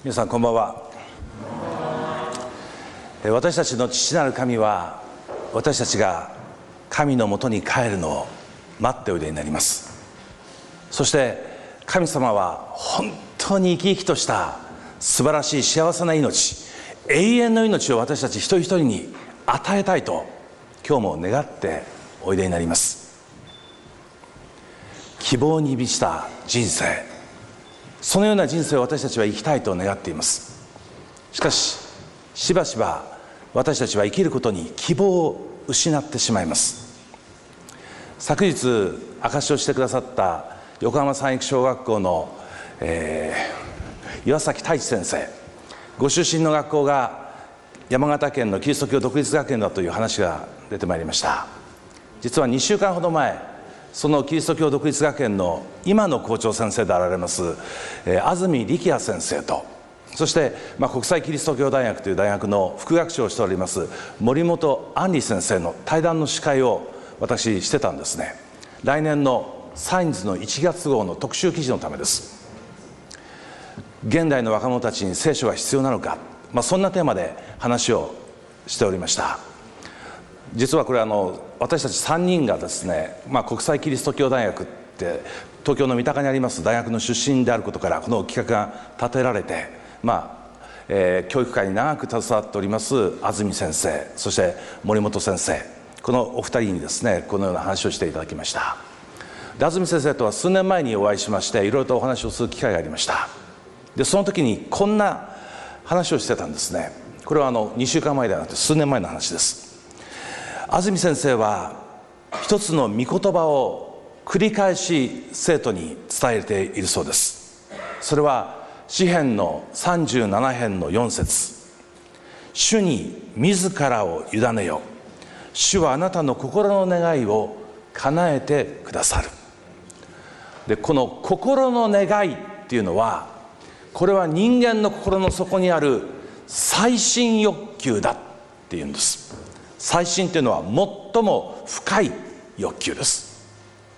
皆さんこんばんは。私たちの父なる神は、私たちが神のもとに帰るのを待っておいでになります。そして神様は本当に生き生きとした素晴らしい幸せな命、永遠の命を私たち一人一人に与えたいと今日も願っておいでになります。希望に満ちた人生、そのような人生を私たちは生きたいと願っています。しかししばしば私たちは生きることに希望を失ってしまいます。昨日証しをしてくださった横浜三育小学校の、岩崎太一先生、ご出身の学校が山形県のキリスト教独立学園だという話が出てまいりました。実は2週間ほど前、そのキリスト教独立学園の今の校長先生であられます安住力也先生と、そして、国際キリスト教大学という大学の副学長をしております森本安里先生の対談の司会を私してたんですね。来年のサインズの1月号の特集記事のためです。現代の若者たちに聖書が必要なのか、そんなテーマで話をしておりました。実はこれ私たち3人がですね、国際キリスト教大学って東京の三鷹にあります大学の出身であることからこの企画が立てられて、教育界に長く携わっております安住先生、そして森本先生、このお二人にですねこのような話をしていただきました。で、安住先生とは数年前にお会いしまして、いろいろとお話をする機会がありました。でその時にこんな話をしてたんですね。これは2週間前ではなくて数年前の話です。安住先生は一つの御言葉を繰り返し生徒に伝えているそうです。それは詩編の37編の4節、主に自らを委ねよ、主はあなたの心の願いを叶えてくださる。で、この心の願いっていうのは、これは人間の心の底にある最深欲求だっていうんです。最深というのは最も深い欲求です。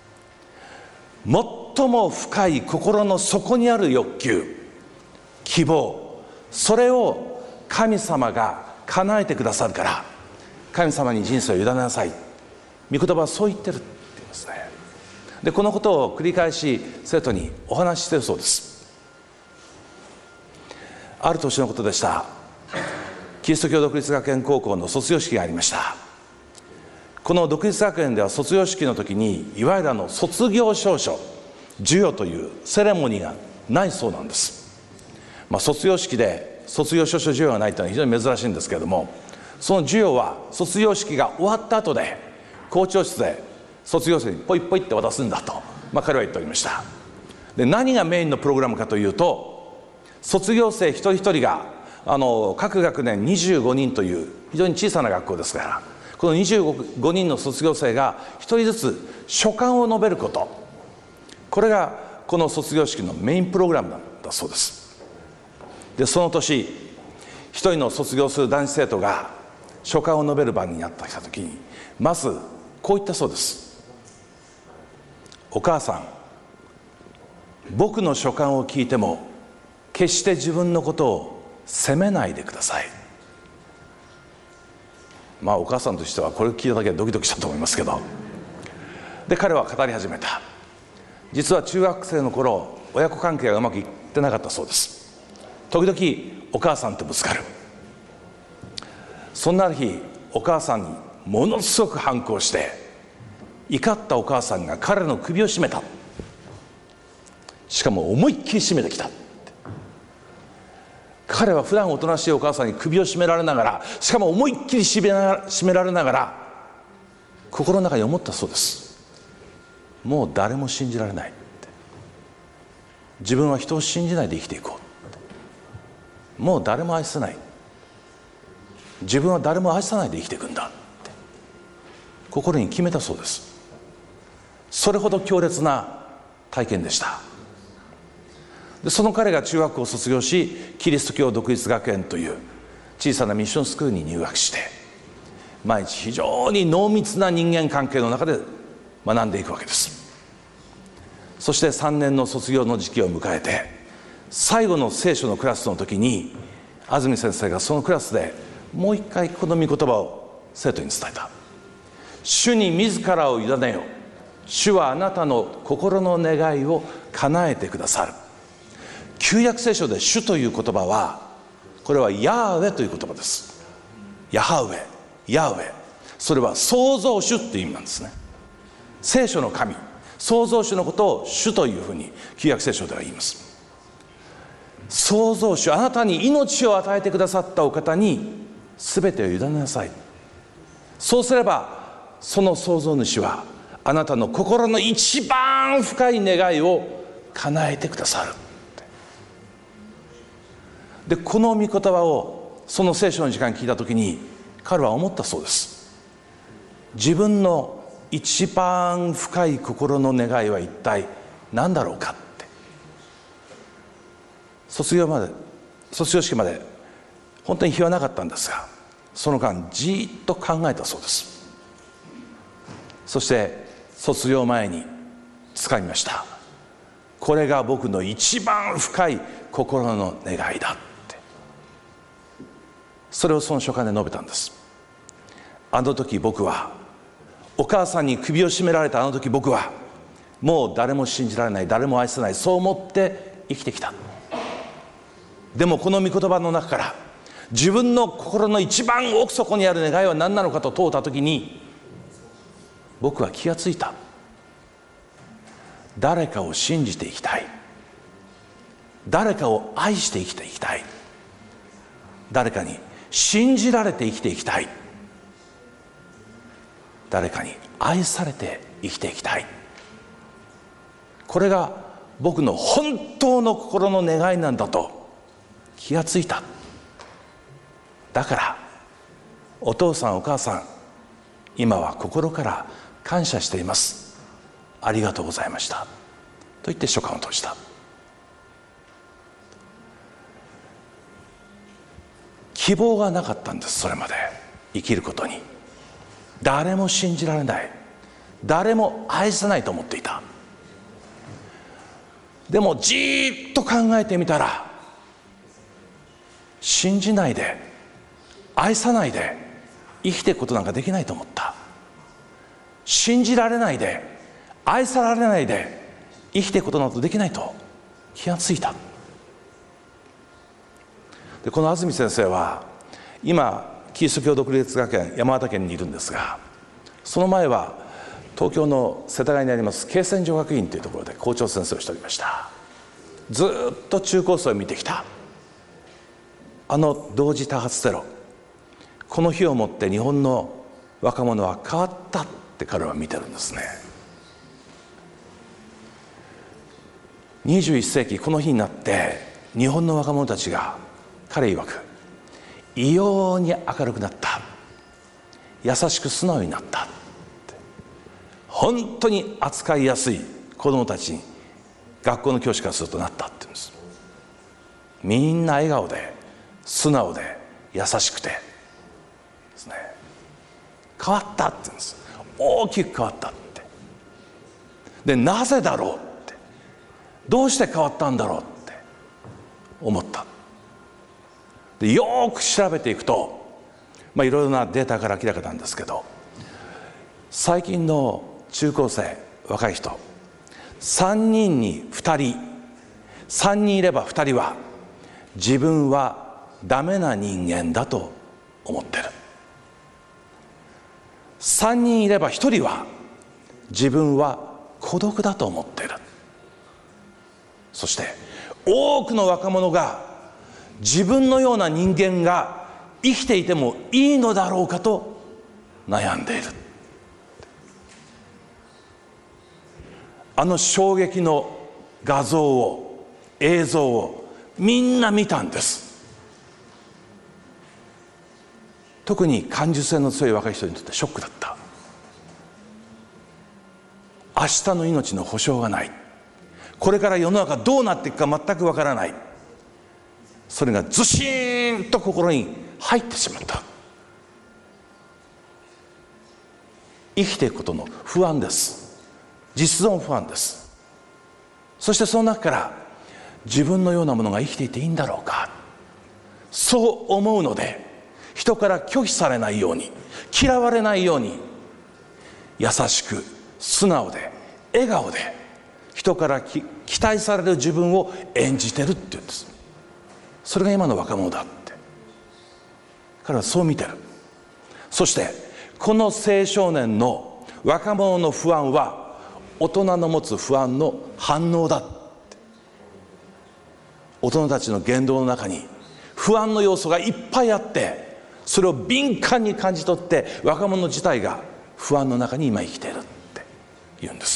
最も深い心の底にある欲求、希望、それを神様が叶えてくださるから、神様に人生を委ねなさい。御言葉はそう言ってるって言うんですね。でこのことを繰り返し生徒にお話ししているそうです。ある年のことでした。キリスト教独立学園高校の卒業式がありました。この独立学園では卒業式の時にいわゆる卒業証書授与というセレモニーがないそうなんです。卒業式で卒業証書授与がないというのは非常に珍しいんですけれども、その授与は卒業式が終わった後で校長室で卒業生にポイポイって渡すんだと、彼は言っておりました。で、何がメインのプログラムかというと、卒業生一人一人が各学年25人という非常に小さな学校ですから、この25人の卒業生が一人ずつ書簡を述べること、これがこの卒業式のメインプログラムなんだそうです。でその年、一人の卒業する男子生徒が書簡を述べる番になってきた時に、まずこう言ったそうです。お母さん、僕の書簡を聞いても決して自分のことを責めないでください。お母さんとしてはこれを聞いただけでドキドキしたと思いますけど、で彼は語り始めた。実は中学生の頃、親子関係がうまくいってなかったそうです。時々お母さんとぶつかる。そんなある日、お母さんにものすごく反抗して、怒ったお母さんが彼の首を絞めた。しかも思いっきり絞めてきた。彼は普段おとなしいお母さんに首を絞められながら、しかも思いっきり絞められながら、心の中に思ったそうです。もう誰も信じられないって。自分は人を信じないで生きていこう。もう誰も愛せない。自分は誰も愛さないで生きていくんだって心に決めたそうです。それほど強烈な体験でした。でその彼が中学校を卒業し、キリスト教独立学園という小さなミッションスクールに入学して、毎日非常に濃密な人間関係の中で学んでいくわけです。そして3年の卒業の時期を迎えて、 最後の聖書のクラスの時に安住先生がそのクラスでもう一回この御言葉を生徒に伝えた。主に自らを委ねよ。主はあなたの心の願いを叶えてくださる。旧約聖書で主という言葉は、これはヤーウェという言葉です。ヤハウェ、ヤーウェ、それは創造主っていう意味なんですね。聖書の神、創造主のことを主というふうに旧約聖書では言います。創造主、あなたに命を与えてくださったお方に全てを委ねなさい。そうすればその創造主はあなたの心の一番深い願いを叶えてくださる。でこの御言葉をその聖書の時間に聞いた時に彼は思ったそうです。自分の一番深い心の願いは一体何だろうかって。卒業式まで本当に日はなかったんですが、その間じっと考えたそうです。そして卒業前に掴みました。これが僕の一番深い心の願いだって。それをその書簡で述べたんです。あの時僕は、お母さんに首を絞められたあの時僕は、もう誰も信じられない、誰も愛せない、そう思って生きてきた。でもこの御言葉の中から自分の心の一番奥底にある願いは何なのかと問うた時に、僕は気がついた。誰かを信じていきたい、誰かを愛して生きていきたい、誰かに信じられて生きていきたい、誰かに愛されて生きていきたい。これが僕の本当の心の願いなんだと気がついた。だからお父さんお母さん、今は心から感謝しています、ありがとうございましたと言って書簡を閉じた。希望がなかったんです。それまで生きることに誰も信じられない、誰も愛せないと思っていた。でもじーっと考えてみたら、信じないで愛さないで生きていくことなんかできないと思った。信じられないで愛されないで生きていくことなどできないと気がついた。でこの安住先生は今キリスト教独立学園山形県にいるんですが、その前は東京の世田谷にあります恵泉女学院というところで校長先生をしておりました。ずっと中高生を見てきた。あの同時多発テロ、この日をもって日本の若者は変わったって彼は見てるんですね。21世紀この日になって日本の若者たちが彼曰く異様に明るくなった、優しく素直になったって、本当に扱いやすい子どもたちに学校の教師からするとなったって言うんです。みんな笑顔で素直で優しくてですね、変わったって言うんです。大きく変わったって。でなぜだろうって、どうして変わったんだろうって思った。でよく調べていくと、いろいろなデータから明らかなんですけど、最近の中高生若い人3人に2人、3人いれば2人は自分はダメな人間だと思ってる。3人いれば1人は自分は孤独だと思っている。そして多くの若者が自分のような人間が生きていてもいいのだろうかと悩んでいる。あの衝撃の画像を、映像をみんな見たんです。特に感受性の強い若い人にとってショックだった。明日の命の保証がない、これから世の中どうなっていくか全くわからない、それがずしーんと心に入ってしまった。生きていくことの不安です。実存不安です。そしてその中から自分のようなものが生きていていいんだろうか、そう思うので、人から拒否されないように、嫌われないように、優しく素直で笑顔で人から期待される自分を演じてるって言うんです。それが今の若者だって、彼はそう見てる。そしてこの青少年の若者の不安は大人の持つ不安の反応だって。大人たちの言動の中に不安の要素がいっぱいあって、それを敏感に感じ取って若者自体が不安の中に今生きているって言うんです。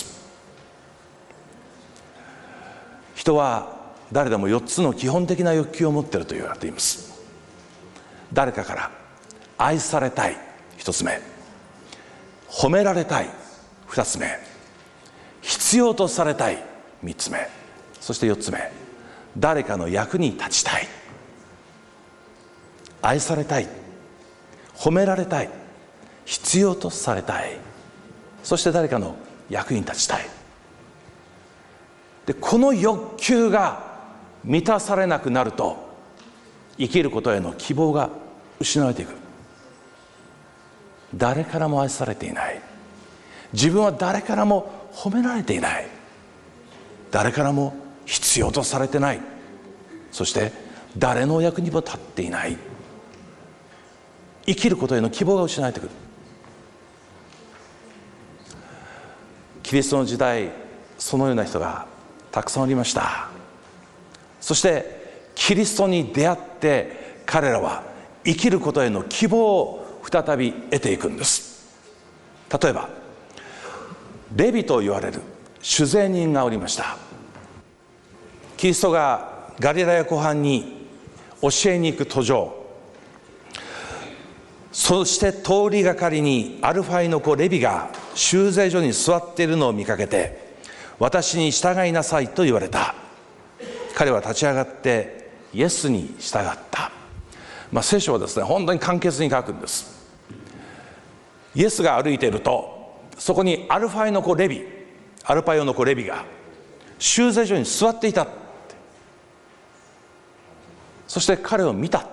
人は誰でも4つの基本的な欲求を持っていると言われています。誰かから愛されたい、1つ目。褒められたい、2つ目。必要とされたい、3つ目。そして4つ目、誰かの役に立ちたい。愛されたい、褒められたい、必要とされたい、そして誰かの役に立ちたい。で、この欲求が満たされなくなると、生きることへの希望が失われていく。誰からも愛されていない、自分は誰からも褒められていない、誰からも必要とされてない、そして誰の役にも立っていない、生きることへの希望が失われてくる。キリストの時代、そのような人がたくさんおりました。そしてキリストに出会って彼らは生きることへの希望を再び得ていくんです。例えばレビと言われる酒税人がおりました。キリストがガリラヤ湖畔に教えに行く途上、そして通りがかりにアルファイの子レビが修税所に座っているのを見かけて、私に従いなさいと言われた。彼は立ち上がってイエスに従った。聖書はですね、本当に簡潔に書くんです。イエスが歩いていると、そこにアルファイの子レビ、アルパヨの子レビが修税所に座っていた。そして彼を見た。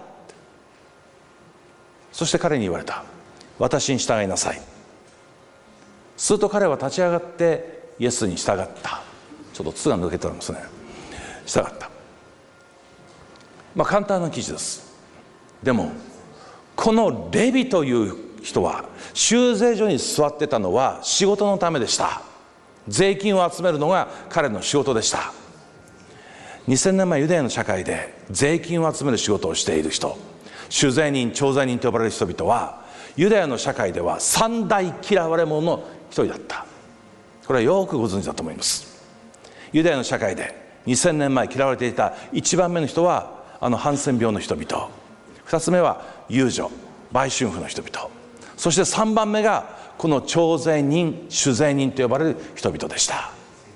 そして彼に言われた。私に従いなさい。すると彼は立ち上がってイエスに従った。ちょっと筒が抜けておりますね。従った。簡単な記事です。でもこのレビという人は修税所に座ってたのは仕事のためでした。税金を集めるのが彼の仕事でした。2000年前ユダヤの社会で税金を集める仕事をしている人、酒税人、徴税人と呼ばれる人々はユダヤの社会では三大嫌われ者の一人だった。これはよくご存知だと思います。ユダヤの社会で2000年前嫌われていた1番目の人はハンセン病の人々、2つ目は遊女、売春婦の人々、そして3番目がこの徴税人、酒税人と呼ばれる人々でした。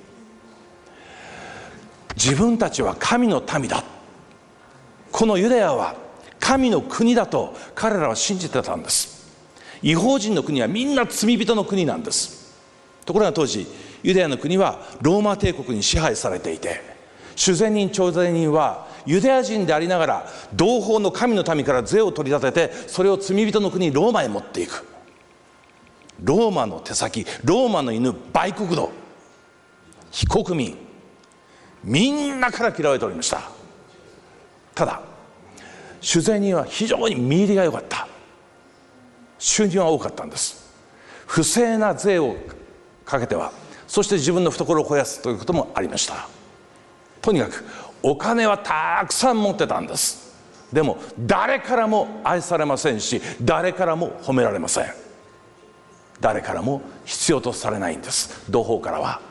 自分たちは神の民だ、このユダヤは神の国だと彼らは信じてたんです。異邦人の国はみんな罪人の国なんです。ところが当時ユダヤの国はローマ帝国に支配されていて、酒税人、徴税人はユダヤ人でありながら同胞の神の民から税を取り立てて、それを罪人の国ローマへ持っていく。ローマの手先、ローマの犬、売国奴、非国民、みんなから嫌われておりました。ただ酒税人は非常に身入りが良かった。収入が多かったんです。不正な税をかけては、そして自分の懐を肥やすということもありました。とにかくお金はたくさん持ってたんです。でも誰からも愛されませんし、誰からも褒められません。誰からも必要とされないんです。同胞からは。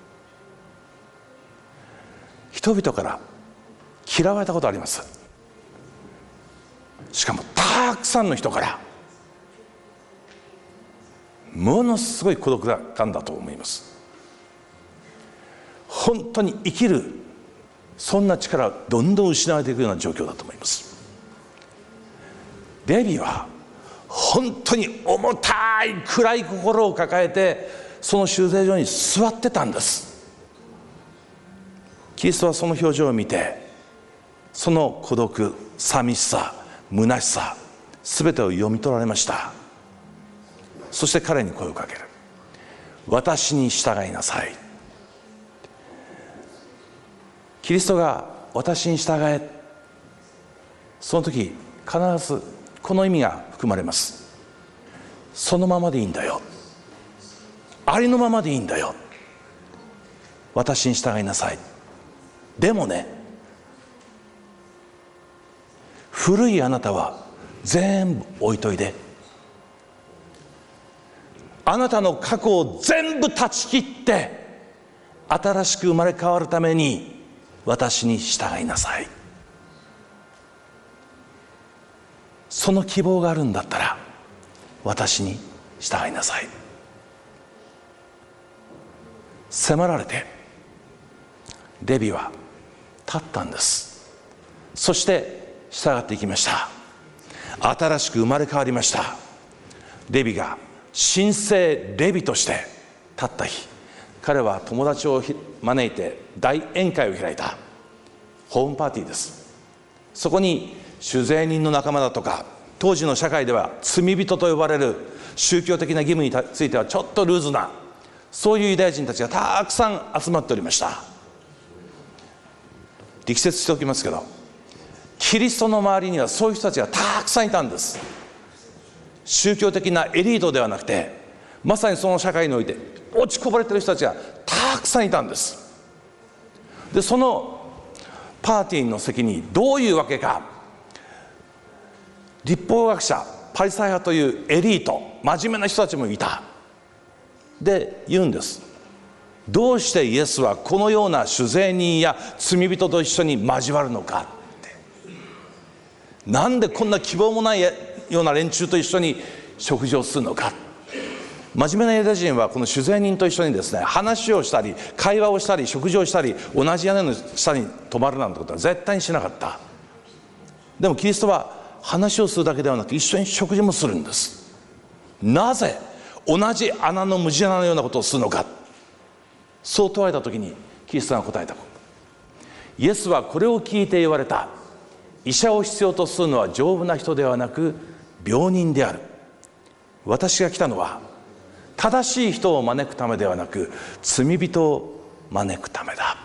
人々から嫌われたことあります。しかもたくさんの人から。ものすごい孤独感だと思います。本当に生きる、そんな力をどんどん失われていくような状況だと思います。レビは本当に重たい暗い心を抱えてその修税所に座ってたんです。 キリストはその表情を見て、その孤独、寂しさ、虚しさ、すべてを読み取られました。そして彼に声をかける。私に従いなさい。キリストが私に従え、その時必ずこの意味が含まれます。そのままでいいんだよ、ありのままでいいんだよ、私に従いなさい。でもね、古いあなたは全部置いといて、あなたの過去を全部断ち切って新しく生まれ変わるために私に従いなさい。その希望があるんだったら私に従いなさい。迫られてレビは立ったんです。そして従っていきました。新しく生まれ変わりました。レビが新生レビとして立った日、彼は友達を招いて大宴会を開いた。ホームパーティーです。そこに主税人の仲間だとか、当時の社会では罪人と呼ばれる宗教的な義務についてはちょっとルーズな、そういうユダヤ人たちがたくさん集まっておりました。力説しておきますけど、キリストの周りにはそういう人たちがたくさんいたんです。宗教的なエリートではなくて、まさにその社会において落ちこぼれている人たちがたくさんいたんです。で、そのパーティーの席にどういうわけか、律法学者、パリサイ派というエリート、真面目な人たちもいた。で、言うんです。どうしてイエスはこのような主税人や罪人と一緒に交わるのかって。なんでこんな希望もないような連中と一緒に食事をするのか。真面目なユダヤ人はこの主税人と一緒にですね、話をしたり会話をしたり食事をしたり、同じ屋根の下に泊まるなんてことは絶対にしなかった。でもキリストは話をするだけではなく一緒に食事もするんです。なぜ同じ穴の無地穴のようなことをするのか。そう問われた時にキリストが答えた。イエスはこれを聞いて言われた。医者を必要とするのは丈夫な人ではなく病人である。私が来たのは正しい人を招くためではなく罪人を招くためだ。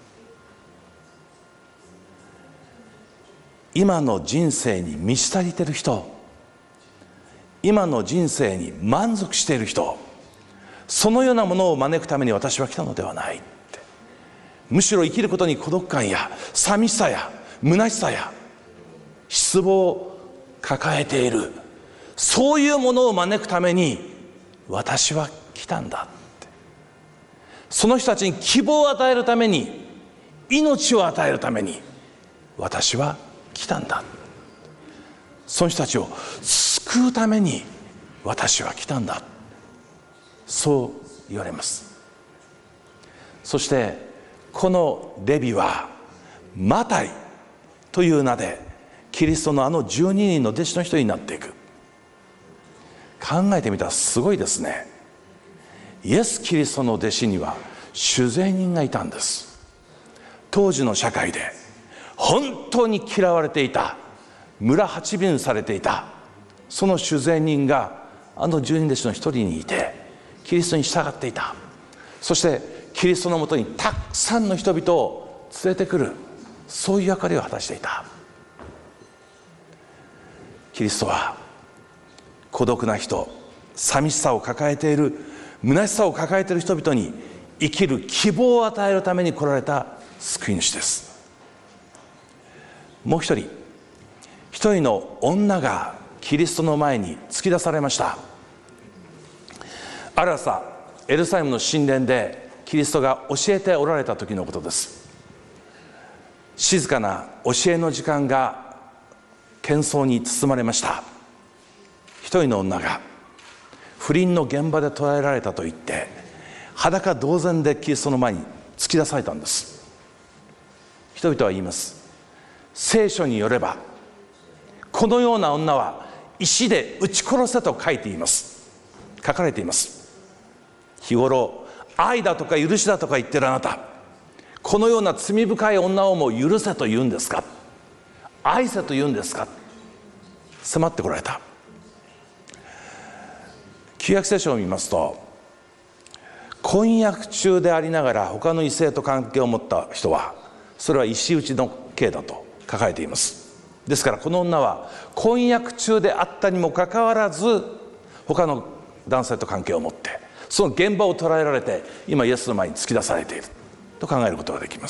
今の人生に満ち足りている人、今の人生に満足している人、そのようなものを招くために私は来たのではないって。むしろ生きることに孤独感や寂しさや虚しさや失望を抱えている、そういうものを招くために私は来たんだって。その人たちに希望を与えるために、命を与えるために私は来たんだ。その人たちを救うために私は来たんだ、そう言われます。そしてこのレビはマタイという名でキリストのあの12人の弟子の一人になっていく。考えてみたらすごいですね。イエス・キリストの弟子には主税人がいたんです。当時の社会で本当に嫌われていた、村八分されていたその主税人があの12弟子の一人にいて、キリストに従っていた。そしてキリストのもとにたくさんの人々を連れてくる、そういう役割を果たしていた。キリストは孤独な人、寂しさを抱えている、虚しさを抱えている人々に生きる希望を与えるために来られた救い主です。もう一人の女がキリストの前に突き出されました。ある朝、エルサレムの神殿でキリストが教えておられた時のことです。静かな教えの時間が喧騒に包まれました。一人の女が不倫の現場で捕らえられたと言って裸同然でキリストの前に突き出されたんです。人々は言います。聖書によればこのような女は石で撃ち殺せと書かれています。日頃愛だとか許しだとか言ってるあなた、 このような罪深い女をも許せと言うんですか、愛せと言うんですか、迫ってこられた。旧約聖書を見ますと、婚約中でありながら他の異性と関係を持った人は、それは石打ちの刑だと書かれています。ですからこの女は婚約中であったにもかかわらず、他の男性と関係を持って、その現場を捉えられて、今イエスの前に突き出されていると考えることができます。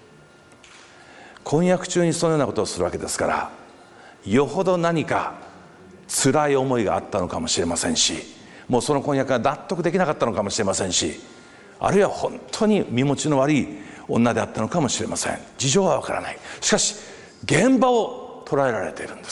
婚約中にそのようなことをするわけですから、よほど何か辛い思いがあったのかもしれませんし、もうその婚約が納得できなかったのかもしれませんし、あるいは本当に身持ちの悪い女であったのかもしれません。事情はわからない。しかし現場を捉えられているんです。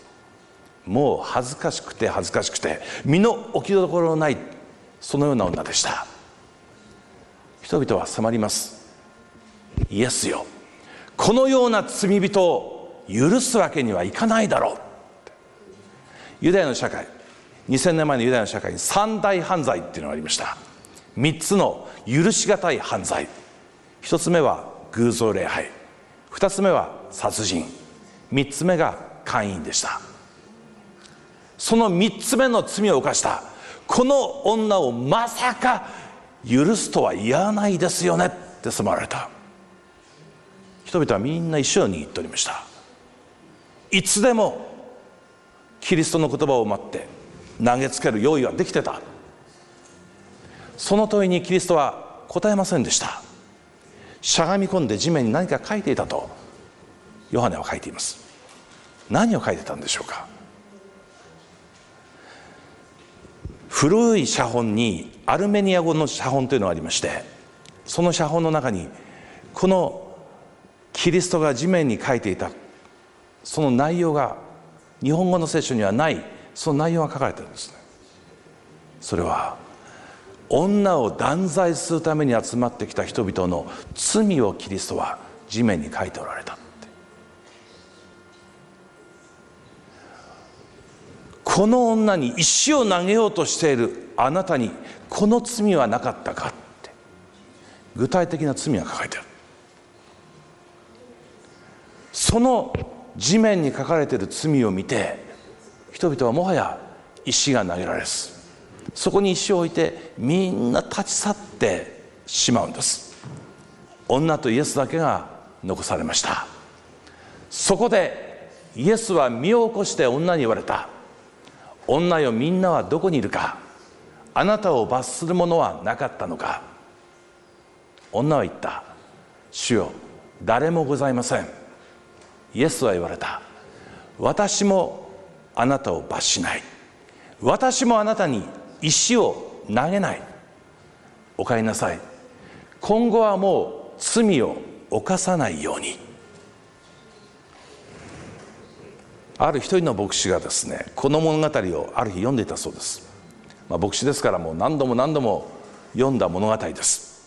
もう恥ずかしくて恥ずかしくて身の置きどころのない、そのような女でした。人々は迫ります。イエスよ、このような罪人を許すわけにはいかないだろう。ユダヤの社会、2000年前のユダヤの社会に三大犯罪っていうのがありました。3つの許し難い犯罪。1つ目は偶像礼拝、2つ目は殺人、3つ目が姦淫でした。その3つ目の罪を犯したこの女をまさか許すとは言わないですよねって迫られた。人々はみんな石を握っておりました。いつでもキリストの言葉を待って投げつける用意はできてた。その問いにキリストは答えませんでした。しゃがみ込んで地面に何か書いていたとヨハネは書いています。何を書いてたんでしょうか。古い写本にアルメニア語の写本というのがありまして、その写本の中にこのキリストが地面に書いていたその内容が日本語の聖書にはない、その内容が書かれているんですね。それは女を断罪するために集まってきた人々の罪をキリストは地面に書いておられたって。この女に石を投げようとしているあなたにこの罪はなかったかって、具体的な罪が書かれている。その地面に書かれている罪を見て、人々はもはや石が投げられず、そこに石を置いてみんな立ち去ってしまうんです。女とイエスだけが残されました。そこでイエスは身を起こして女に言われた。女よ、みんなはどこにいるか。あなたを罰するものはなかったのか。女は言った。主よ、誰もございません。イエスは言われた。私もあなたを罰しない。私もあなたに石を投げない。お帰りなさい。今後はもう罪を犯さないように。ある一人の牧師がですね、この物語をある日読んでいたそうです。牧師ですからもう何度も何度も読んだ物語です。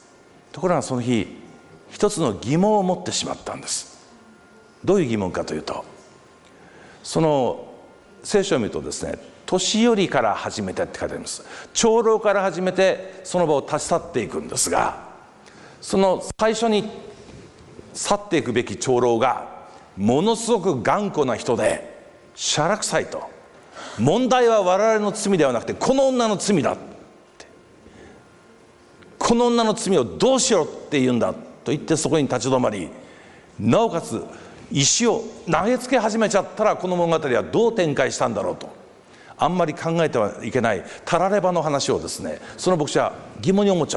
ところがその日一つの疑問を持ってしまったんです。どういう疑問かというと、その聖書を見るとですね、年寄りから始めてって書いてあります。長老から始めてその場を立ち去っていくんですが、その最初に去っていくべき長老がものすごく頑固な人でしゃらくさいと。問題は我々の罪ではなくてこの女の罪だって、この女の罪をどうしろって言うんだと言ってそこに立ち止まり、なおかつ石を投げつけ始めちゃったらこの物語はどう展開したんだろうと、あんまり考えてはいけないたらればの話をですね、その牧師は疑問に思っちゃった。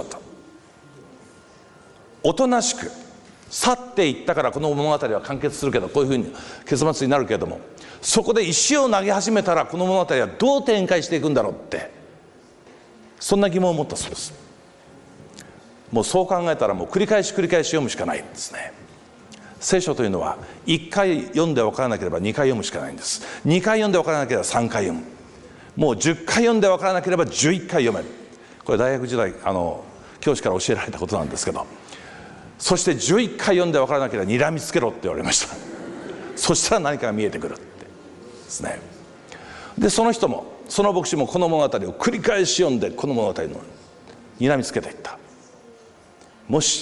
おとなしく去っていったからこの物語は完結するけど、こういうふうに結末になるけれども、そこで石を投げ始めたらこの物語はどう展開していくんだろうって、そんな疑問を持ったそうです。もうそう考えたらもう繰り返し繰り返し読むしかないんですね。聖書というのは1回読んで分からなければ2回読むしかないんです。2回読んで分からなければ3回読む。もう10回読んで分からなければ11回読める。これ大学時代教師から教えられたことなんですけど、そして11回読んで分からなければ睨みつけろって言われました。そしたら何かが見えてくるってですね。でその人もその牧師もこの物語を繰り返し読んでこの物語の睨みつけていった。もし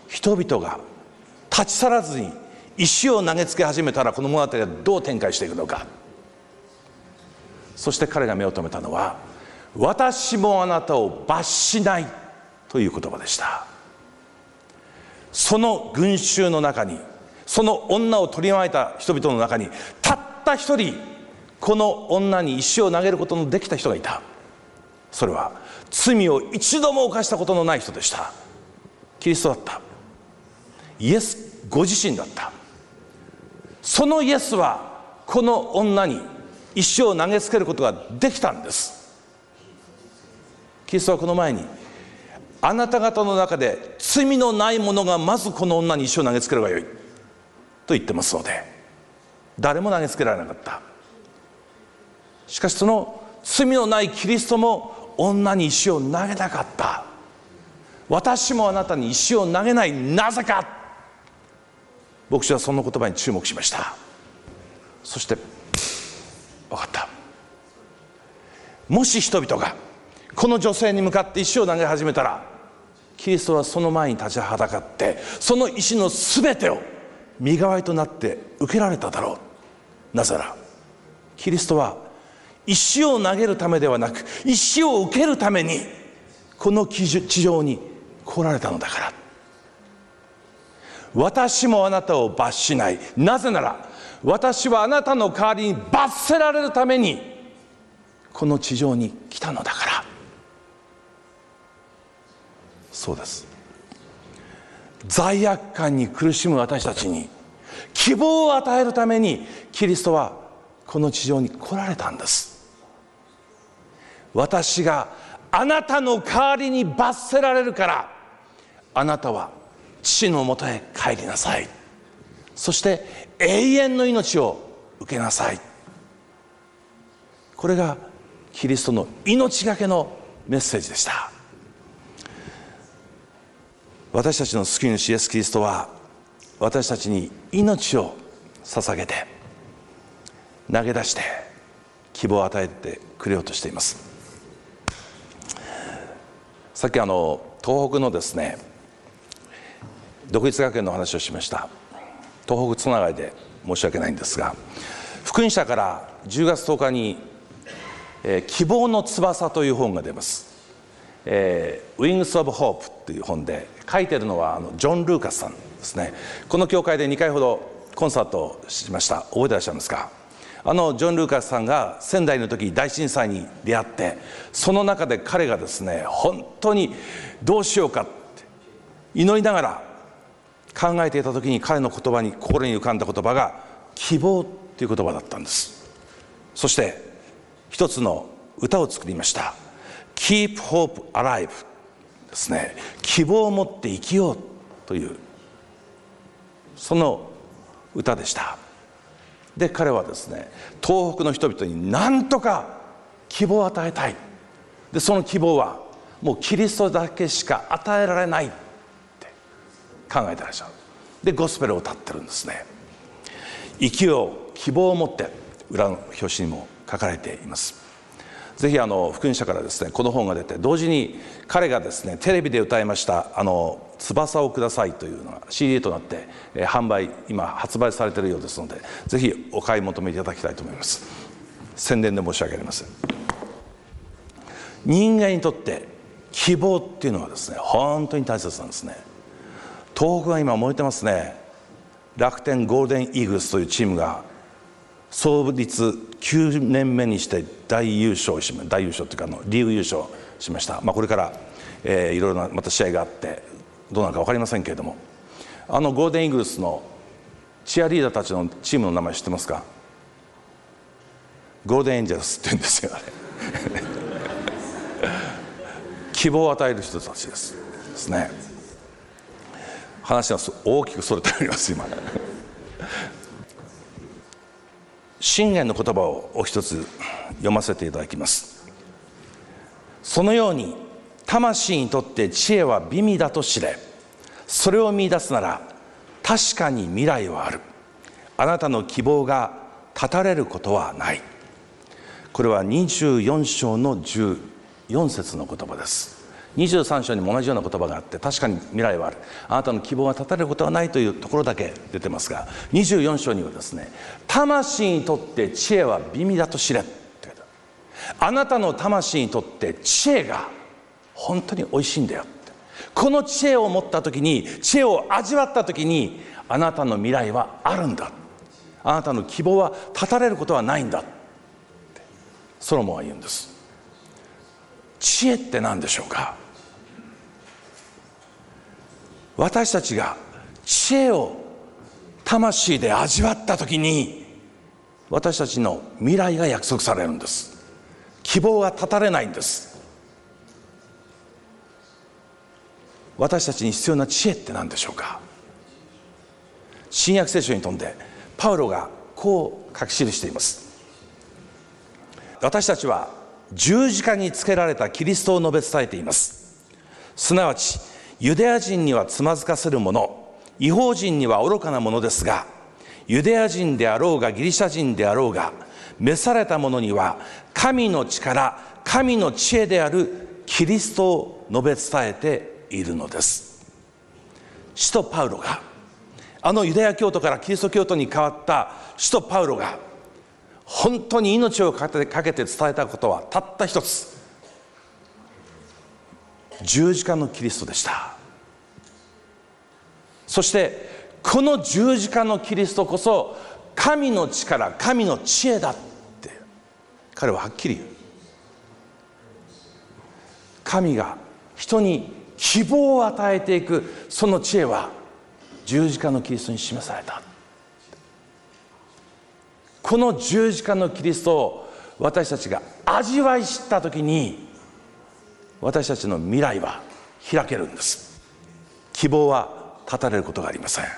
人々が立ち去らずに石を投げつけ始めたら、この物語がどう展開していくのか。そして彼が目を留めたのは、私もあなたを罰しないという言葉でした。その群衆の中に、その女を取り巻いた人々の中に、たった一人この女に石を投げることのできた人がいた。それは罪を一度も犯したことのない人でした。キリストだった。イエスご自身だった。そのイエスはこの女に石を投げつけることができたんです。キリストはこの前に、あなた方の中で罪のない者がまずこの女に石を投げつければよいと言ってますので、誰も投げつけられなかった。しかしその罪のないキリストも女に石を投げなかった。私もあなたに石を投げない、なぜか。牧師はその言葉に注目しました。そして分かった。もし人々がこの女性に向かって石を投げ始めたら、キリストはその前に立ちはだかって、その石のすべてを身代わりとなって受けられただろう。なぜならキリストは石を投げるためではなく、石を受けるためにこの地上に来られたのだから。私もあなたを罰しない。なぜなら私はあなたの代わりに罰せられるためにこの地上に来たのだから。そうです。罪悪感に苦しむ私たちに希望を与えるためにキリストはこの地上に来られたんです。私があなたの代わりに罰せられるから、あなたは父のもとへ帰りなさい。そして永遠の命を受けなさい。これがキリストの命がけのメッセージでした。私たちの救い主イエス・キリストは私たちに命を捧げて投げ出して希望を与えてくれようとしています。さっき東北のですね、独立学園の話をしました。東北つながりで申し訳ないんですが、福音社から10月10日に希望の翼という本が出ます。Wings of Hope という本で、書いてるのはジョン・ルーカスさんですね。この教会で2回ほどコンサートをしました。覚えてらっしゃいますか？ジョン・ルーカスさんが仙台の時大震災に出会って、その中で彼がですね、本当にどうしようかって祈りながら考えていた時に、彼の言葉に心に浮かんだ言葉が希望という言葉だったんです。そして一つの歌を作りました。 Keep Hope Alive ですね。希望を持って生きようというその歌でした。で彼はですね、東北の人々に何とか希望を与えたい。でその希望はもうキリストだけしか与えられないって考えてらっしゃる。でゴスペルを歌ってるんですね。生きよう、希望を持って、裏の表紙にも書かれています。ぜひ福音社からですね、この本が出て、同時に彼がですねテレビで歌いました翼をくださいというのが CD となって、販売今発売されているようですので、ぜひお買い求めいただきたいと思います。宣伝で申し訳ありません。人間にとって希望っていうのはですね、本当に大切なんですね。東北が今燃えてますね。楽天ゴールデンイーグルスというチームが創立9年目にして大優勝というかリーグ優勝しました。これから、いろいろなまた試合があってどうなるか分かりませんけれども、ゴールデンイーグルスのチアリーダーたちのチームの名前知ってますか？ゴールデンエンジェルスって言うんですよ、あれ希望を与える人たちですね。話が大きくそれております今箴言の言葉をお一つ読ませていただきます。そのように魂にとって知恵は美味だと知れ、それを見出すなら確かに未来はある。あなたの希望が絶たれることはない。これは24章の14節の言葉です。 23章にも同じような言葉があって、確かに未来はある、あなたの希望が絶たれることはないというところだけ出てますが、24章にはですね、魂にとって知恵は美味だと知れって言って、あなたの魂にとって知恵が本当においしいんだよって、この知恵を持った時に、知恵を味わった時に、あなたの未来はあるんだ、あなたの希望は絶たれることはないんだってソロモンは言うんです。知恵って何でしょうか。私たちが知恵を魂で味わったときに、私たちの未来が約束されるんです。希望が絶たれないんです。私たちに必要な知恵って何でしょうか。新約聖書に飛んでパウロがこう書き記しています。私たちは十字架につけられたキリストを述べ伝えています。すなわちユダヤ人にはつまずかせるもの、異邦人には愚かなものですが、ユダヤ人であろうがギリシャ人であろうが、召された者には神の力、神の知恵であるキリストを述べ伝えているのです。使徒パウロが、あのユダヤ教徒からキリスト教徒に変わった使徒パウロが、本当に命をかけて伝えたことはたった一つ、十字架のキリストでした。そしてこの十字架のキリストこそ神の力、神の知恵だって彼ははっきり言う。神が人に希望を与えていくその知恵は十字架のキリストに示された。この十字架のキリストを私たちが味わい知ったときに、私たちの未来は開けるんです。希望は絶たれることがありません。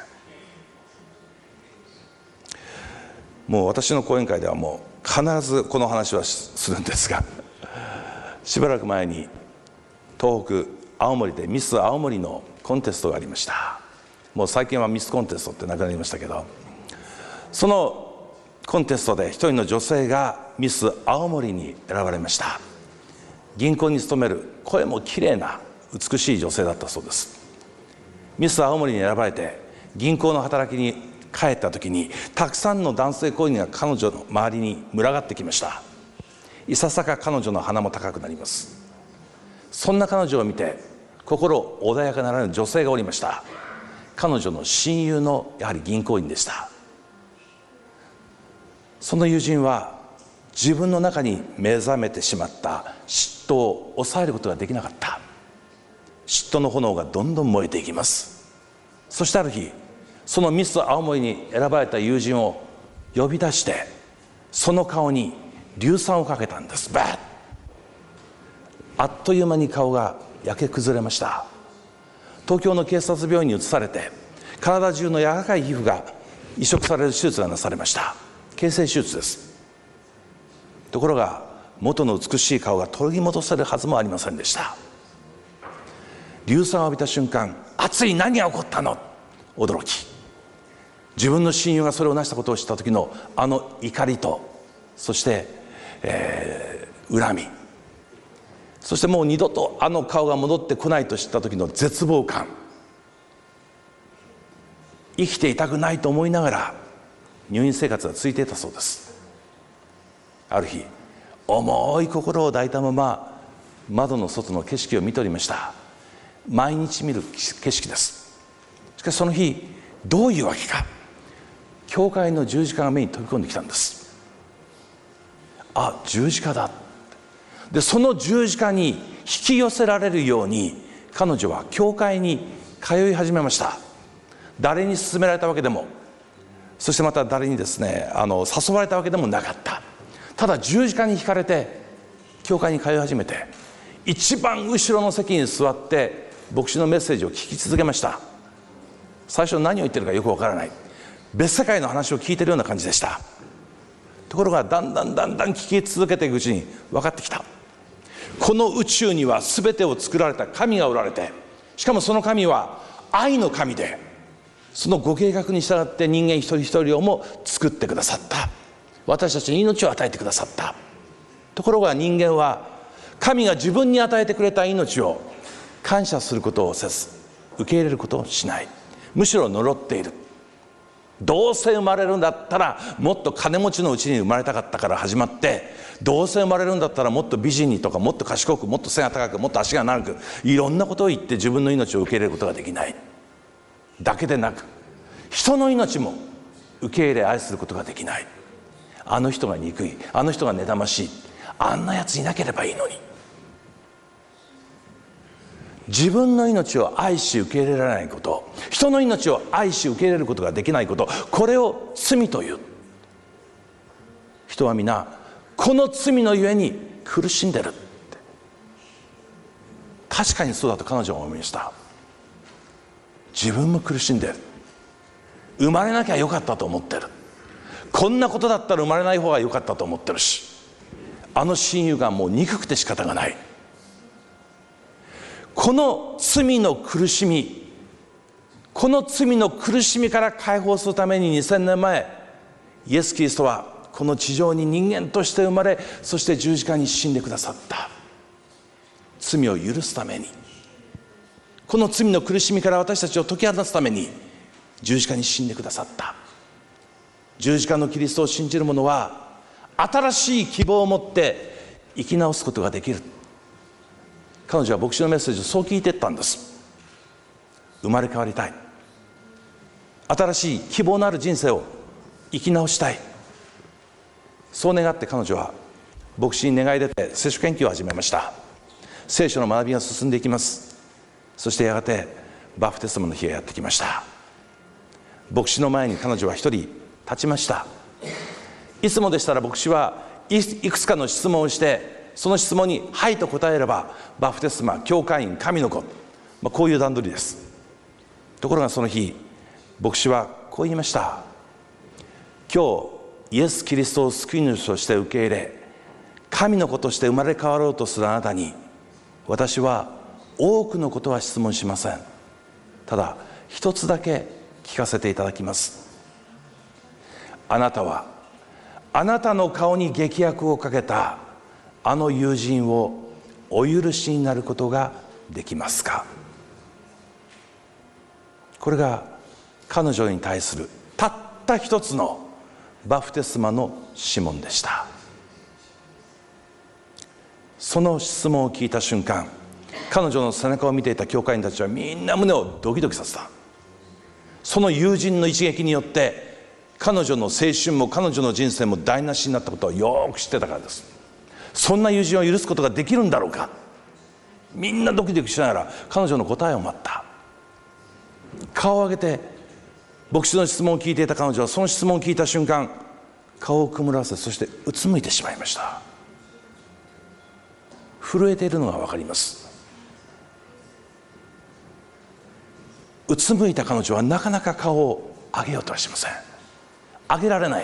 もう私の講演会ではもう必ずこの話はするんですが、しばらく前に東北青森でミス青森のコンテストがありました。もう最近はミスコンテストってなくなりましたけど、そのコンテストで一人の女性がミス青森に選ばれました。銀行に勤める声もきれいな美しい女性だったそうです。ミス青森に選ばれて銀行の働きに帰った時に、たくさんの男性行員が彼女の周りに群がってきました。いささか彼女の鼻も高くなります。そんな彼女を見て心穏やかならぬ女性がおりました。彼女の親友のやはり銀行員でした。その友人は自分の中に目覚めてしまった嫉妬を抑えることができなかった。嫉妬の炎がどんどん燃えていきます。そしてある日、そのミス青森に選ばれた友人を呼び出して、その顔に硫酸をかけたんです。バッ、あっという間に顔が焼け崩れました。東京の警察病院に移されて、体中の柔らかい皮膚が移植される手術がなされました。形成手術です。ところが元の美しい顔が取り戻せるはずもありませんでした。硫酸を浴びた瞬間、熱い、何が起こったの、驚き、自分の親友がそれを成したことを知った時のあの怒りと、そして、恨み、そしてもう二度とあの顔が戻ってこないと知った時の絶望感、生きていたくないと思いながら入院生活が続いていたそうです。ある日、重い心を抱いたまま窓の外の景色を見ておりました。毎日見る景色です。しかしその日、どういうわけか、教会の十字架が目に飛び込んできたんです。あ、十字架だ。でその十字架に引き寄せられるように彼女は教会に通い始めました。誰に勧められたわけでも、そしてまた誰にですね誘われたわけでもなかった。ただ十字架に惹かれて教会に通い始めて、一番後ろの席に座って牧師のメッセージを聞き続けました。最初何を言ってるかよくわからない、別世界の話を聞いているような感じでした。ところがだんだん聞き続けていくうちに分かってきた。この宇宙には全てを作られた神がおられて、しかもその神は愛の神で、そのご計画に従って人間一人一人をも作ってくださった。私たちに命を与えてくださった。ところが人間は神が自分に与えてくれた命を感謝することをせず、受け入れることをしない。むしろ呪っている。どうせ生まれるんだったらもっと金持ちのうちに生まれたかったから始まって、どうせ生まれるんだったらもっと美人にとか、もっと賢く、もっと背が高く、もっと足が長く、いろんなことを言って自分の命を受け入れることができないだけでなく、人の命も受け入れ愛することができない。あの人が憎い、あの人が妬ましい、あんなやついなければいいのに。自分の命を愛し受け入れられないこと、人の命を愛し受け入れることができないこと、これを罪という。人は皆この罪のゆえに苦しんでるって。確かにそうだと彼女は思いました。自分も苦しんでる。生まれなきゃよかったと思ってる。こんなことだったら生まれない方がよかったと思ってるし、あの親友がもう憎くて仕方がない。この罪の苦しみ、この罪の苦しみから解放するために2000年前、イエス・キリストはこの地上に人間として生まれ、そして十字架に死んでくださった。罪を許すために、この罪の苦しみから私たちを解き放つために十字架に死んでくださった。十字架のキリストを信じる者は新しい希望を持って生き直すことができる。彼女は牧師のメッセージをそう聞いていったんです。生まれ変わりたい、新しい希望のある人生を生き直したい、そう願って彼女は牧師に願い出て聖書研究を始めました。聖書の学びが進んでいきます。そしてやがてバプテスマの日がやってきました。牧師の前に彼女は一人立ちました。いつもでしたら牧師はいくつかの質問をして、その質問に「はい」と答えればバプテスマ、教会員、神の子、こういう段取りです。ところがその日、牧師はこう言いました。今日イエス・キリストを救い主として受け入れ、神の子として生まれ変わろうとするあなたに、私は多くのことは質問しません。ただ一つだけ聞かせていただきます。あなたはあなたの顔に劇薬をかけたあの友人をお許しになることができますか。これが彼女に対するたった一つのバプテスマの諮問でした。その質問を聞いた瞬間、彼女の背中を見ていた教会員たちはみんな胸をドキドキさせた。その友人の一撃によって彼女の青春も彼女の人生も台無しになったことをよく知ってたからです。そんな友人を許すことができるんだろうか。みんなドキドキしながら彼女の答えを待った。顔を上げて牧師の質問を聞いていた彼女は、その質問を聞いた瞬間、顔を曇らせ、そしてうつむいてしまいました。震えているのが分かります。うつむいた彼女はなかなか顔を上げようとはしません。上げられない。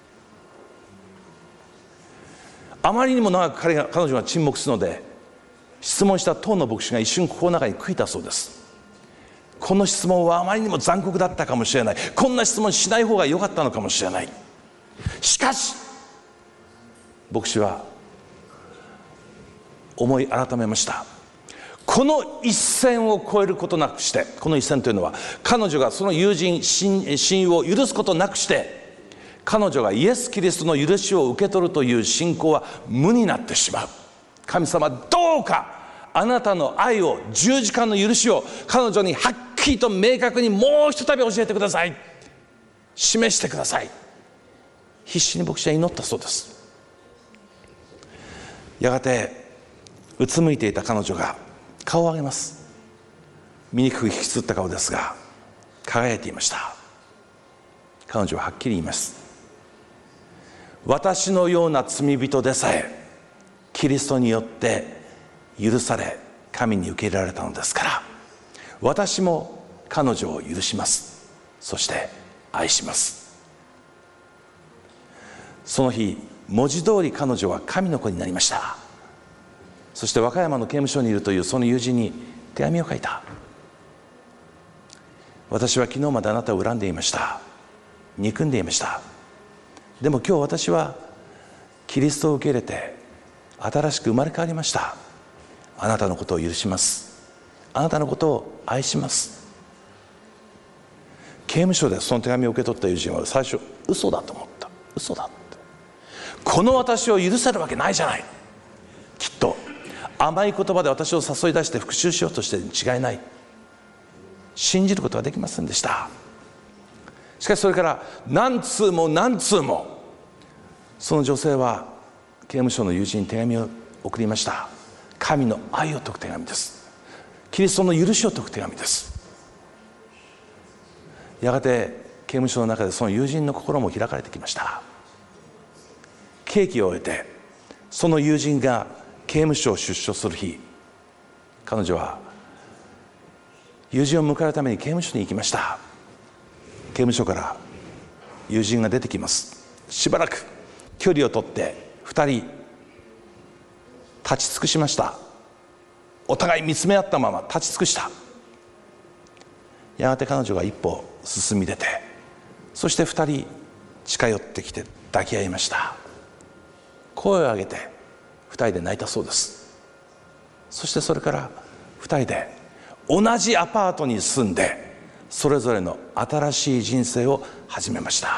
あまりにも長く彼女が沈黙するので、質問した当の牧師が一瞬心の中に悔いたそうです。この質問はあまりにも残酷だったかもしれない。こんな質問しない方が良かったのかもしれない。しかし牧師は思い改めました。この一線を越えることなくして、この一線というのは彼女がその友人、親友を許すことなくして、彼女がイエス・キリストの許しを受け取るという信仰は無になってしまう。神様、どうかあなたの愛を、十字架の許しを彼女にはっきりと明確にもうひとたび教えてください。示してください。必死に牧師は祈ったそうです。やがてうつむいていた彼女が顔を上げます。醜く引きつった顔ですが輝いていました。彼女ははっきり言います。私のような罪人でさえキリストによって許され、神に受け入れられたのですから、私も彼女を許します。そして愛します。その日、文字通り彼女は神の子になりました。そして和歌山の刑務所にいるというその友人に手紙を書いた。私は昨日まであなたを恨んでいました。憎んでいました。でも今日私はキリストを受け入れて新しく生まれ変わりました。あなたのことを許します。 あなたのことを愛します。刑務所でその手紙を受け取った友人は最初嘘だと思った。嘘だって、この私を許せるわけないじゃない、きっと甘い言葉で私を誘い出して復讐しようとしてるに違いない、信じることはできませんでした。しかしそれから何通も何通もその女性は刑務所の友人に手紙を送りました。神の愛を説く手紙です。キリストの許しを説く手紙です。やがて刑務所の中でその友人の心も開かれてきました。刑期を終えてその友人が刑務所を出所する日、彼女は友人を迎えるために刑務所に行きました。刑務所から友人が出てきます。しばらく距離を取って2人立ち尽くしました。お互い見つめ合ったまま立ち尽くした。やがて彼女が一歩進み出て、そして2人近寄ってきて抱き合いました。声を上げて2人で泣いたそうです。そしてそれから2人で同じアパートに住んでそれぞれの新しい人生を始めました。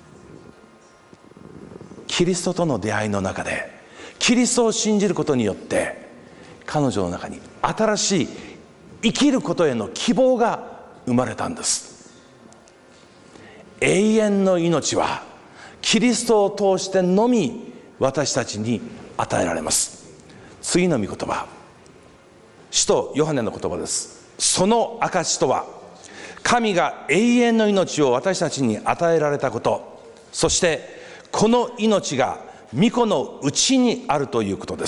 キリストとの出会いの中でキリストを信じることによって彼女の中に新しい生きることへの希望が生まれたんです。永遠の命はキリストを通してのみ私たちに与えられます。次の御言葉、使徒ヨハネの言葉です。その証とは神が永遠の命を私たちに与えられたこと、そしてこの命が御子のうちにあるということです。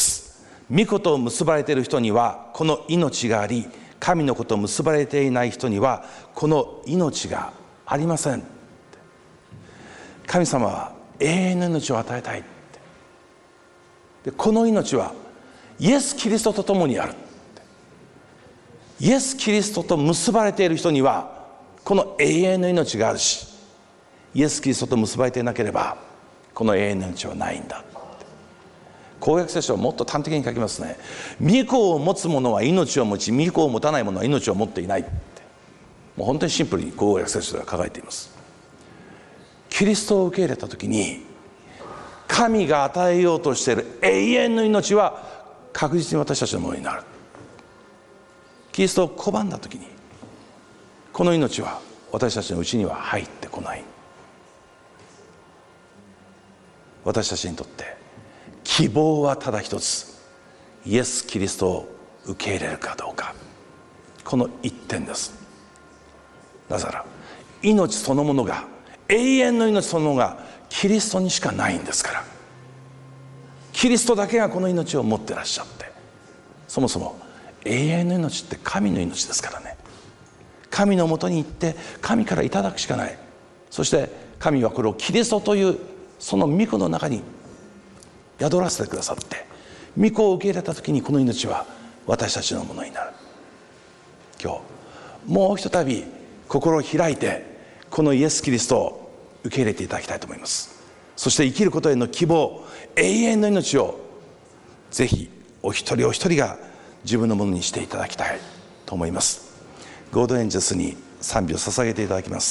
御子と結ばれている人にはこの命があり、神の子と結ばれていない人にはこの命がありません。神様は永遠の命を与えたい。でこの命はイエス・キリストと共にある。イエス・キリストと結ばれている人にはこの永遠の命があるし、イエス・キリストと結ばれていなければこの永遠の命はないんだ。公約聖書はもっと端的に書きますね。御子を持つ者は命を持ち、御子を持たない者は命を持っていないって、もう本当にシンプルに公約聖書では書かれています。キリストを受け入れた時に神が与えようとしている永遠の命は確実に私たちのものになる。キリストを拒んだ時にこの命は私たちのうちには入ってこない。私たちにとって希望はただ一つ、イエス・キリストを受け入れるかどうか、この一点です。なぜなら命そのものが、永遠の命そのものがキリストにしかないんですから。キリストだけがこの命を持ってらっしゃって、そもそも永遠の命って神の命ですからね。神のもとに行って神からいただくしかない。そして神はこれをキリストというその御子の中に宿らせてくださって、御子を受け入れた時にこの命は私たちのものになる。今日もうひとたび心を開いてこのイエス・キリストを受け入れていただきたいと思います。そして生きることへの希望、永遠の命をぜひお一人お一人が自分のものにしていただきたいと思います。ゴードエンジェスに賛美を捧げていただきます。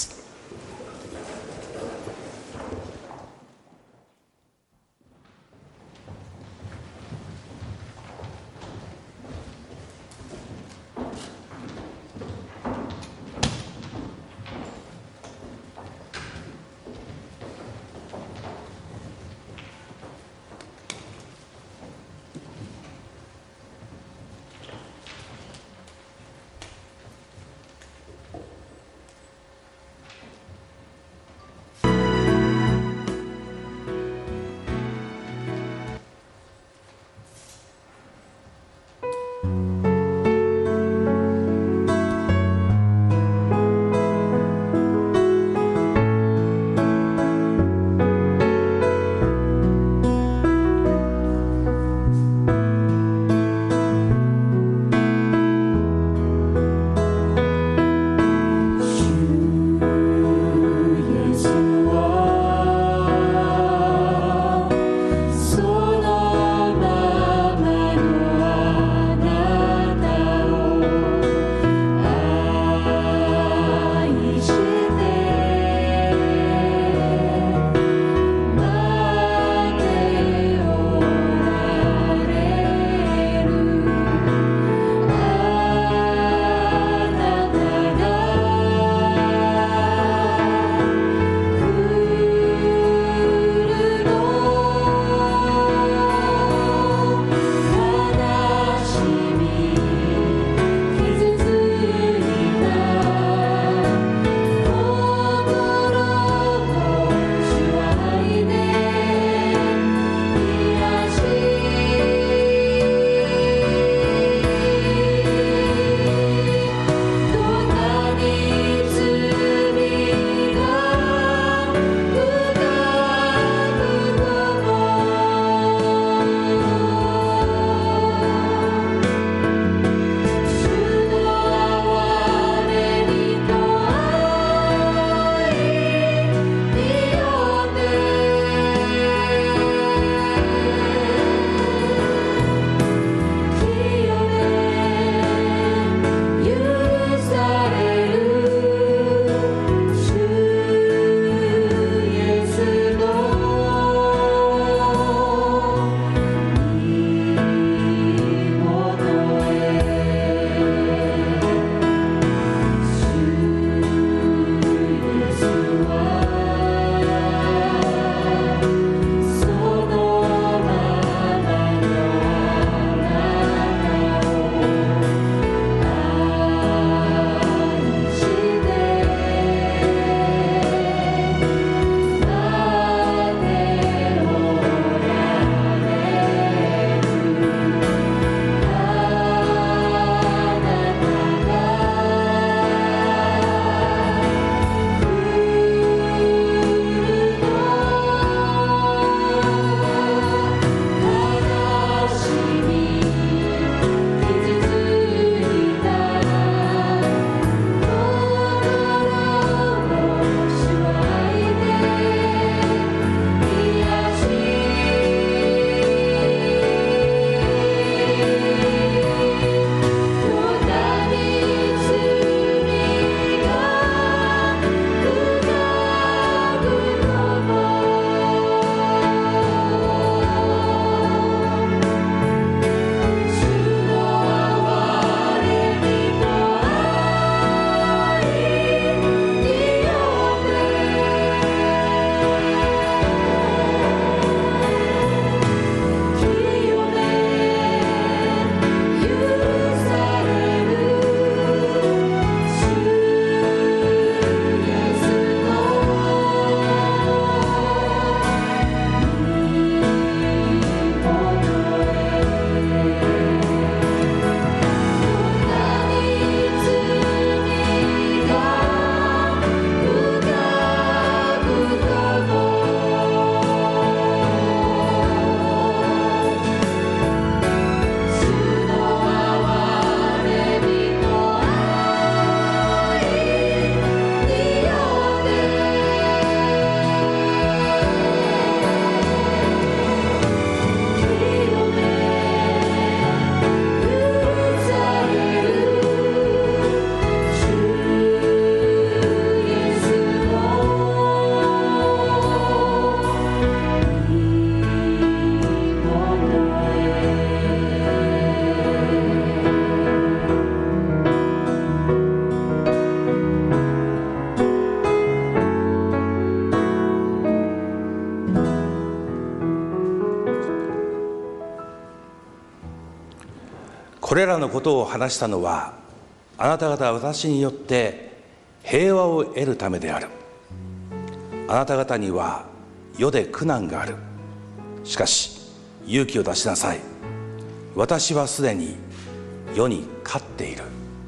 これらのことを話したのは、あなた方は私によって平和を得るためである。あなた方には世で苦難がある。しかし勇気を出しなさい。私はすでに世に勝っている。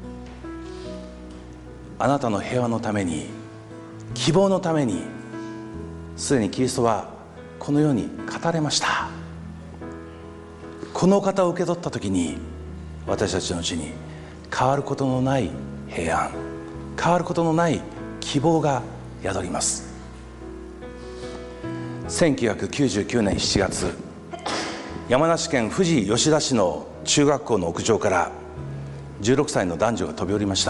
あなたの平和のために、希望のために、すでにキリストはこの世に語れました。このお方を受け取ったときに、私たちのうちに変わることのない平安、変わることのない希望が宿ります。1999年7月、山梨県富士吉田市の中学校の屋上から16歳の男女が飛び降りました。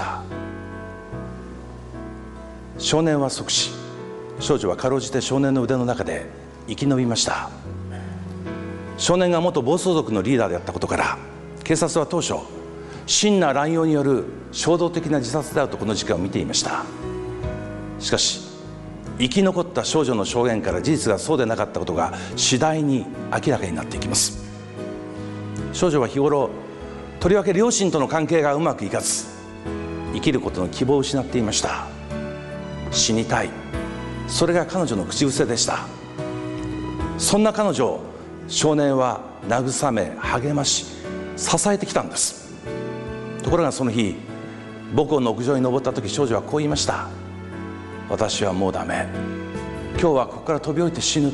少年は即死、少女はかろうじて少年の腕の中で生き延びました。少年が元暴走族のリーダーであったことから、警察は当初、真な乱用による衝動的な自殺であるとこの事件を見ていました。しかし生き残った少女の証言から事実がそうでなかったことが次第に明らかになっていきます。少女は日頃、とりわけ両親との関係がうまくいかず、生きることの希望を失っていました。死にたい、それが彼女の口癖でした。そんな彼女を少年は慰め励まし支えてきたんです。ところがその日、母校の屋上に登った時、少女はこう言いました。私はもうダメ、今日はここから飛び降りて死ぬ。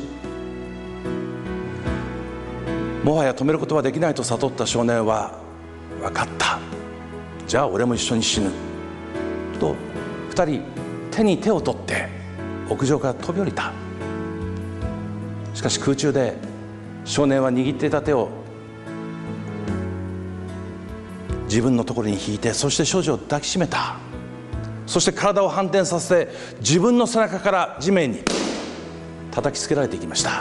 もはや止めることはできないと悟った少年は、分かった、じゃあ俺も一緒に死ぬと、二人手に手を取って屋上から飛び降りた。しかし空中で少年は握っていた手を自分のところに引いて、そして少女を抱きしめた。そして体を反転させて、自分の背中から地面に叩きつけられていきました。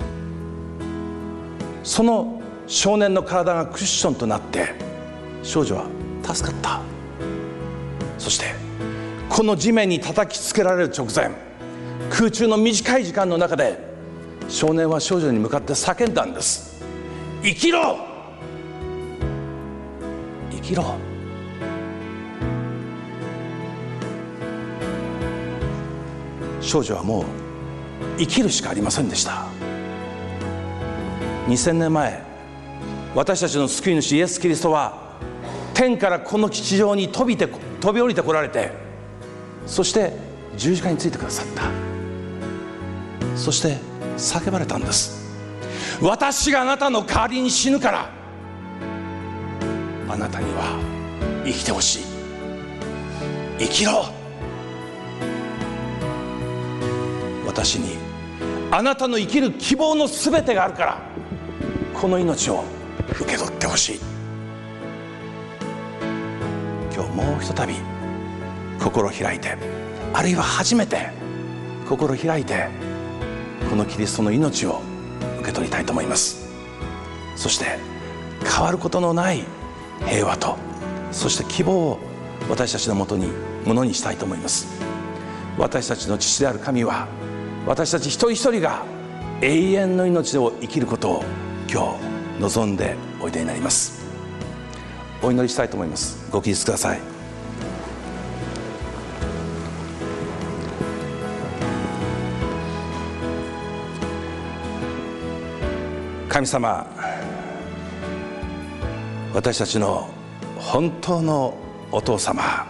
その少年の体がクッションとなって、少女は助かった。そしてこの地面に叩きつけられる直前、空中の短い時間の中で、少年は少女に向かって叫んだんです。生きろ、生きろ。少女はもう生きるしかありませんでした。2000年前、私たちの救い主イエス・キリストは天からこの地上に飛び降りてこられて、そして十字架についてくださった。そして叫ばれたんです。私があなたの代わりに死ぬから、あなたには生きてほしい。生きろ。私にあなたの生きる希望のすべてがあるから、この命を受け取ってほしい。今日もうひとたび心を開いて、あるいは初めて心を開いて、このキリストの命を受け取りたいと思います。そして変わることのない平和と、そして希望を私たちのものにしたいと思います。私たちの父である神は、私たち一人一人が永遠の命を生きることを今日望んでおいでになります。お祈りしたいと思います。ご起立ください。神様、私たちの本当のお父様、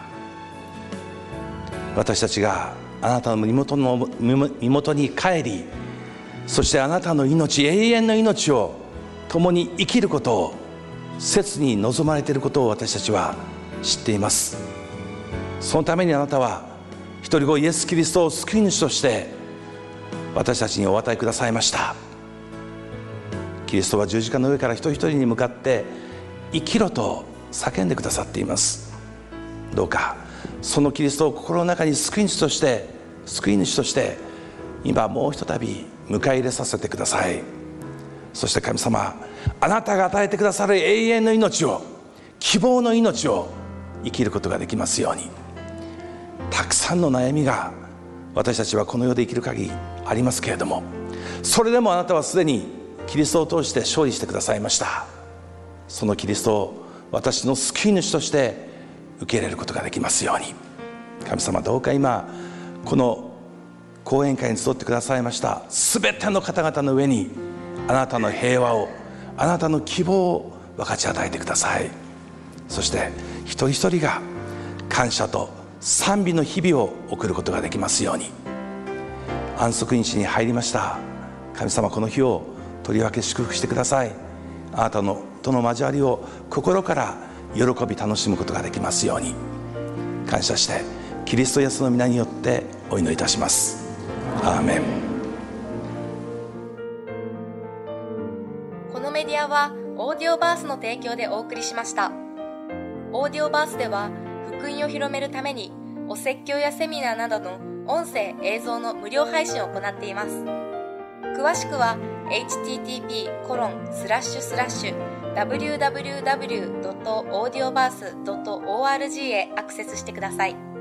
私たちがあなたの身元に帰り、そしてあなたの命、永遠の命を共に生きることを切に望まれていることを私たちは知っています。そのためにあなたは一人子イエス・キリストを救い主として私たちにお与えくださいました。キリストは十字架の上から一人一人に向かって生きろと叫んでくださっています。どうかそのキリストを心の中に救い主として今もうひとたび迎え入れさせてください。そして神様、あなたが与えてくださる永遠の命を、希望の命を生きることができますように。たくさんの悩みが私たちはこの世で生きる限りありますけれども、それでもあなたはすでにキリストを通して勝利してくださいました。そのキリストを私の救い主として受け入れることができますように。神様、どうか今この講演会に集ってくださいましたすべての方々の上にあなたの平和を、あなたの希望を分かち与えてください。そして一人一人が感謝と賛美の日々を送ることができますように。安息日に入りました。神様、この日をとりわけ祝福してください。あなたのとの交わりを心から喜び楽しむことができますように。感謝してキリストイエスの皆によってお祈りいたします。アーメン。 このメディアはオーディオバースの提供でお送りしました。オーディオバースでは福音を広めるためにお説教やセミナーなどの音声映像の無料配信を行っています。詳しくは http://www.audioverse.org へアクセスしてください。